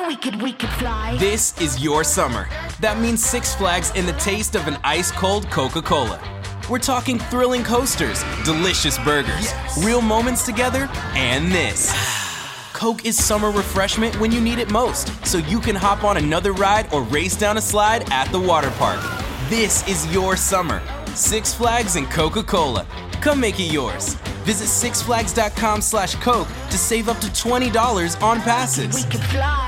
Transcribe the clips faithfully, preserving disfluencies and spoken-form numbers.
we could, we could fly. This is your summer. That means Six Flags and the taste of an ice-cold Coca-Cola. We're talking thrilling coasters, delicious burgers, yes. real moments together, and this. Coke is summer refreshment when you need it most, so you can hop on another ride or race down a slide at the water park. This is your summer. Six Flags and Coca-Cola. Come make it yours. Visit sixflags.com slash Coke to save up to twenty dollars on passes. We could fly.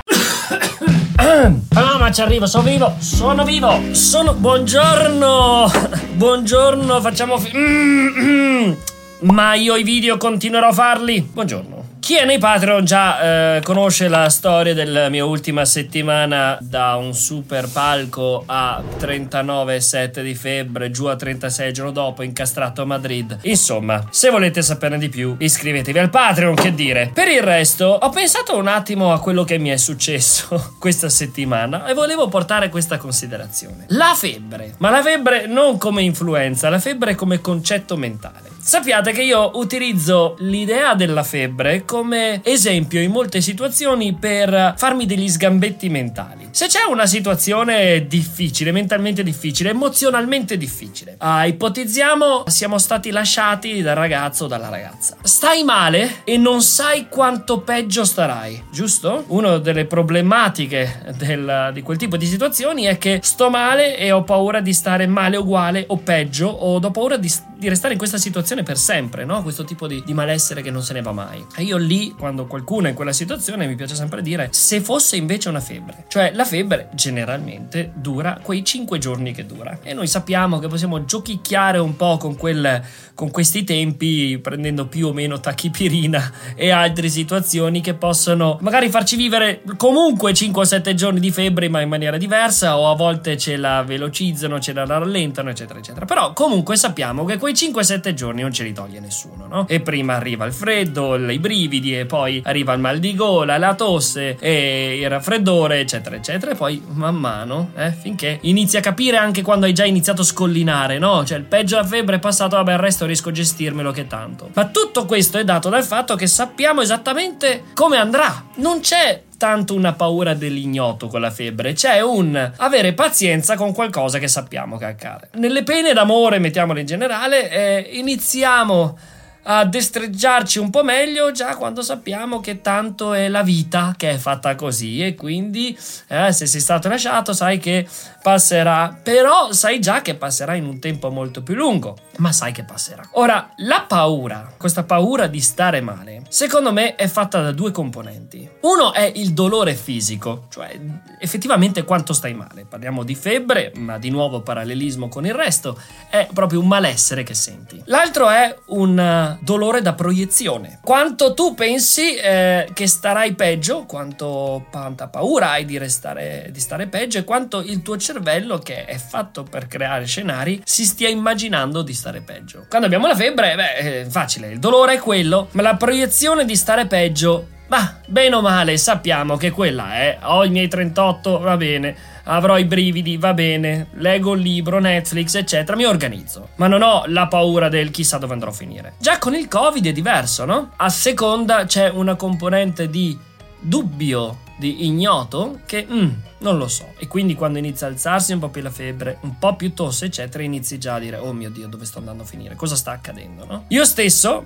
Ah, ma ci arrivo, sono vivo, sono vivo, sono... Buongiorno, buongiorno, facciamo... Fi- mm-hmm. Ma io i video continuerò a farli. Buongiorno. Chi è nei Patreon già eh, conosce la storia della mia ultima settimana da un super palco a trentanove virgola sette di febbre, giù a trentasei il giorno dopo, incastrato a Madrid. Insomma, se volete saperne di più, iscrivetevi al Patreon, che dire. Per il resto, ho pensato un attimo a quello che mi è successo questa settimana e volevo portare questa considerazione. La febbre. Ma la febbre non come influenza, la febbre come concetto mentale. Sappiate che io utilizzo l'idea della febbre come esempio in molte situazioni per farmi degli sgambetti mentali. Se c'è una situazione difficile, mentalmente difficile, emozionalmente difficile, ah, ipotizziamo siamo stati lasciati dal ragazzo o dalla ragazza. Stai male e non sai quanto peggio starai, giusto? Una delle problematiche del, di quel tipo di situazioni è che sto male e ho paura di stare male uguale o peggio, o ho paura di, di restare in questa situazione per sempre, no? Questo tipo di, di malessere che non se ne va mai. E io lì, quando qualcuno è in quella situazione, mi piace sempre dire: se fosse invece una febbre, cioè la febbre generalmente dura quei cinque giorni che dura, e noi sappiamo che possiamo giochicchiare un po' con quel con questi tempi, prendendo più o meno tachipirina e altre situazioni che possono magari farci vivere comunque cinque o sette giorni di febbre, ma in maniera diversa, o a volte ce la velocizzano, ce la rallentano, eccetera eccetera. Però comunque sappiamo che quei cinque sette giorni non ce li toglie nessuno, no? E prima arriva il freddo, i brividi, e poi arriva il mal di gola, la tosse e il raffreddore, eccetera eccetera, e poi man mano, eh, finché inizi a capire anche quando hai già iniziato a scollinare, no? Cioè il peggio della febbre è passato, vabbè, il resto riesco a gestirmelo, che tanto. Ma tutto questo è dato dal fatto che sappiamo esattamente come andrà. Non c'è tanto una paura dell'ignoto con la febbre, c'è un avere pazienza con qualcosa che sappiamo che accade. Nelle pene d'amore, mettiamole in generale, eh, iniziamo a destreggiarci un po' meglio già quando sappiamo che tanto è la vita che è fatta così, e quindi eh, se sei stato lasciato sai che passerà, però sai già che passerà in un tempo molto più lungo, ma sai che passerà. Ora, la paura, questa paura di stare male, secondo me è fatta da due componenti. Uno è il dolore fisico, cioè effettivamente quanto stai male. Parliamo di febbre, ma di nuovo parallelismo con il resto, è proprio un malessere che senti. L'altro è un dolore da proiezione. Quanto tu pensi eh, che starai peggio, quanto quanta paura hai di restare di stare peggio, e quanto il tuo cervello, che è fatto per creare scenari, si stia immaginando di stare peggio. Quando abbiamo la febbre, beh, è facile, il dolore è quello, ma la proiezione di stare peggio, bah, bene o male sappiamo che quella è: ho i miei trentotto, va bene, avrò i brividi, va bene, leggo il libro, Netflix, eccetera, mi organizzo. Ma non ho la paura del chissà dove andrò a finire. Già con il Covid è diverso, no? A seconda c'è una componente di dubbio, di ignoto, che mm, non lo so. E quindi quando inizia a alzarsi un po' più la febbre, un po' più tosse, eccetera, inizi già a dire: oh mio Dio, dove sto andando a finire? Cosa sta accadendo, no? Io stesso...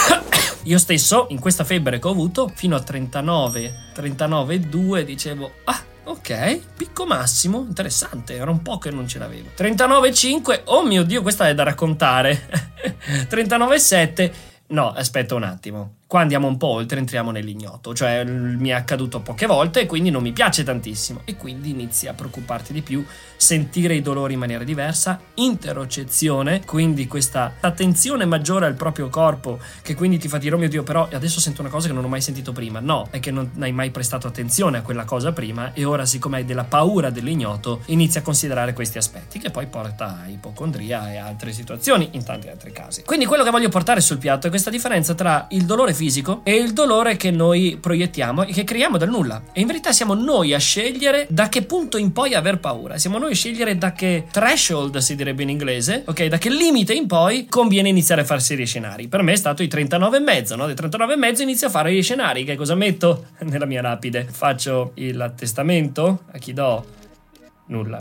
Io stesso, in questa febbre che ho avuto, fino a trentanove, trentanove virgola due, dicevo: ah, ok, picco massimo, interessante, era un po' che non ce l'avevo. trentanove virgola cinque, oh mio Dio, questa è da raccontare. trentanove virgola sette, no, aspetta un attimo. Qua andiamo un po' oltre, entriamo nell'ignoto, cioè mi è accaduto poche volte e quindi non mi piace tantissimo, e quindi inizi a preoccuparti di più, sentire i dolori in maniera diversa, interocezione, quindi questa attenzione maggiore al proprio corpo, che quindi ti fa dire: oh mio Dio, però adesso sento una cosa che non ho mai sentito prima. No, è che non hai mai prestato attenzione a quella cosa prima, e ora, siccome hai della paura dell'ignoto, inizi a considerare questi aspetti, che poi porta a ipocondria e altre situazioni in tanti altri casi. Quindi quello che voglio portare sul piatto è questa differenza tra il dolore fisico fisico e il dolore che noi proiettiamo e che creiamo dal nulla. E in verità siamo noi a scegliere da che punto in poi aver paura. Siamo noi a scegliere da che threshold, si direbbe in inglese, ok? Da che limite in poi conviene iniziare a farsi gli scenari. Per me è stato i trentanove e mezzo, no? Dei trentanove e mezzo inizio a fare gli scenari. Che cosa metto nella mia lapide? Faccio il attestamento? A chi do? Nulla.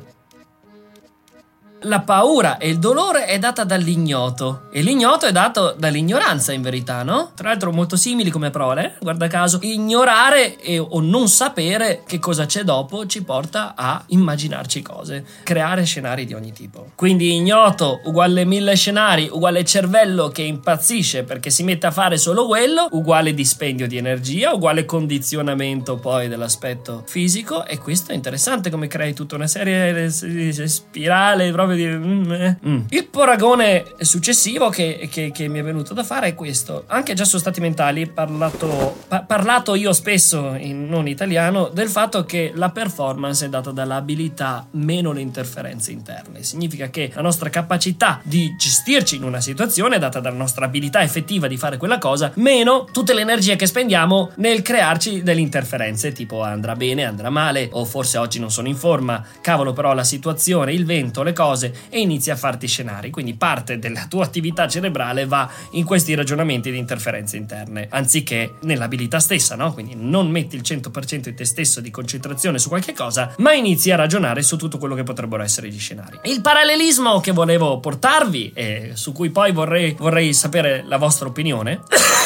La paura e il dolore è data dall'ignoto e l'ignoto è dato dall'ignoranza, in verità, no? Tra l'altro molto simili come parole, eh? Guarda caso. Ignorare e, o non sapere che cosa c'è dopo ci porta a immaginarci cose, creare scenari di ogni tipo. Quindi ignoto uguale mille scenari, uguale cervello che impazzisce perché si mette a fare solo quello, uguale dispendio di energia, uguale condizionamento poi dell'aspetto fisico. E questo è interessante come crei tutta una serie di spirale proprio di mm, eh. mm. Il paragone successivo che, che, che mi è venuto da fare è questo. Anche già su stati mentali parlato, pa- parlato io spesso in non italiano del fatto che la performance è data dall'abilità meno le interferenze interne. Significa che la nostra capacità di gestirci in una situazione è data dalla nostra abilità effettiva di fare quella cosa, meno tutte le energie che spendiamo nel crearci delle interferenze, tipo andrà bene, andrà male, o forse oggi non sono in forma, cavolo però la situazione, il vento, le cose, e inizi a farti scenari. Quindi parte della tua attività cerebrale va in questi ragionamenti di interferenze interne anziché nell'abilità stessa, no? Quindi non metti il cento per cento di te stesso di concentrazione su qualche cosa, ma inizi a ragionare su tutto quello che potrebbero essere gli scenari. Il parallelismo che volevo portarvi e su cui poi vorrei, vorrei sapere la vostra opinione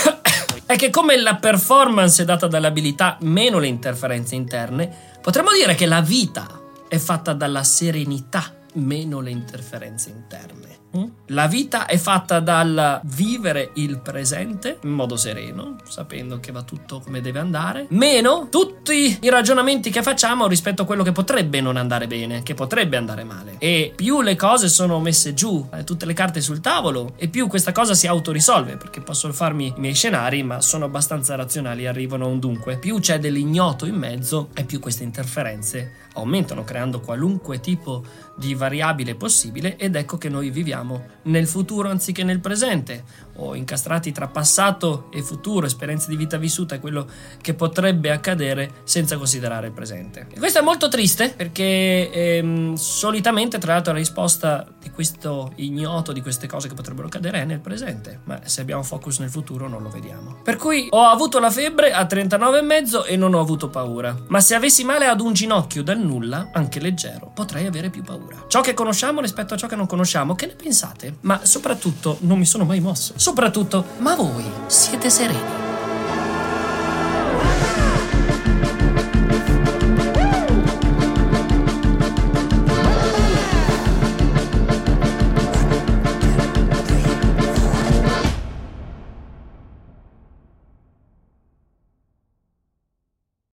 è che come la performance è data dall'abilità meno le interferenze interne, potremmo dire che la vita è fatta dalla serenità meno le interferenze interne. La vita è fatta dal vivere il presente in modo sereno, sapendo che va tutto come deve andare, meno tutti i ragionamenti che facciamo rispetto a quello che potrebbe non andare bene, che potrebbe andare male. E più le cose sono messe giù, eh, tutte le carte sul tavolo, e più questa cosa si autorisolve, perché posso farmi i miei scenari, ma sono abbastanza razionali, arrivano a un dunque. Più c'è dell'ignoto in mezzo, e più queste interferenze aumentano, creando qualunque tipo di variabile possibile, ed ecco che noi viviamo nel futuro anziché nel presente, o incastrati tra passato e futuro, esperienze di vita vissuta e quello che potrebbe accadere senza considerare il presente. E questo è molto triste perché ehm, solitamente, tra l'altro, la risposta di questo ignoto, di queste cose che potrebbero accadere, è nel presente, ma se abbiamo focus nel futuro non lo vediamo. Per cui ho avuto la febbre a trentanove e mezzo e non ho avuto paura, ma se avessi male ad un ginocchio dal nulla, anche leggero, potrei avere più paura. Ciò che conosciamo rispetto a ciò che non conosciamo, che ne pensate? Ma soprattutto non mi sono mai mosso. Soprattutto, ma voi siete sereni?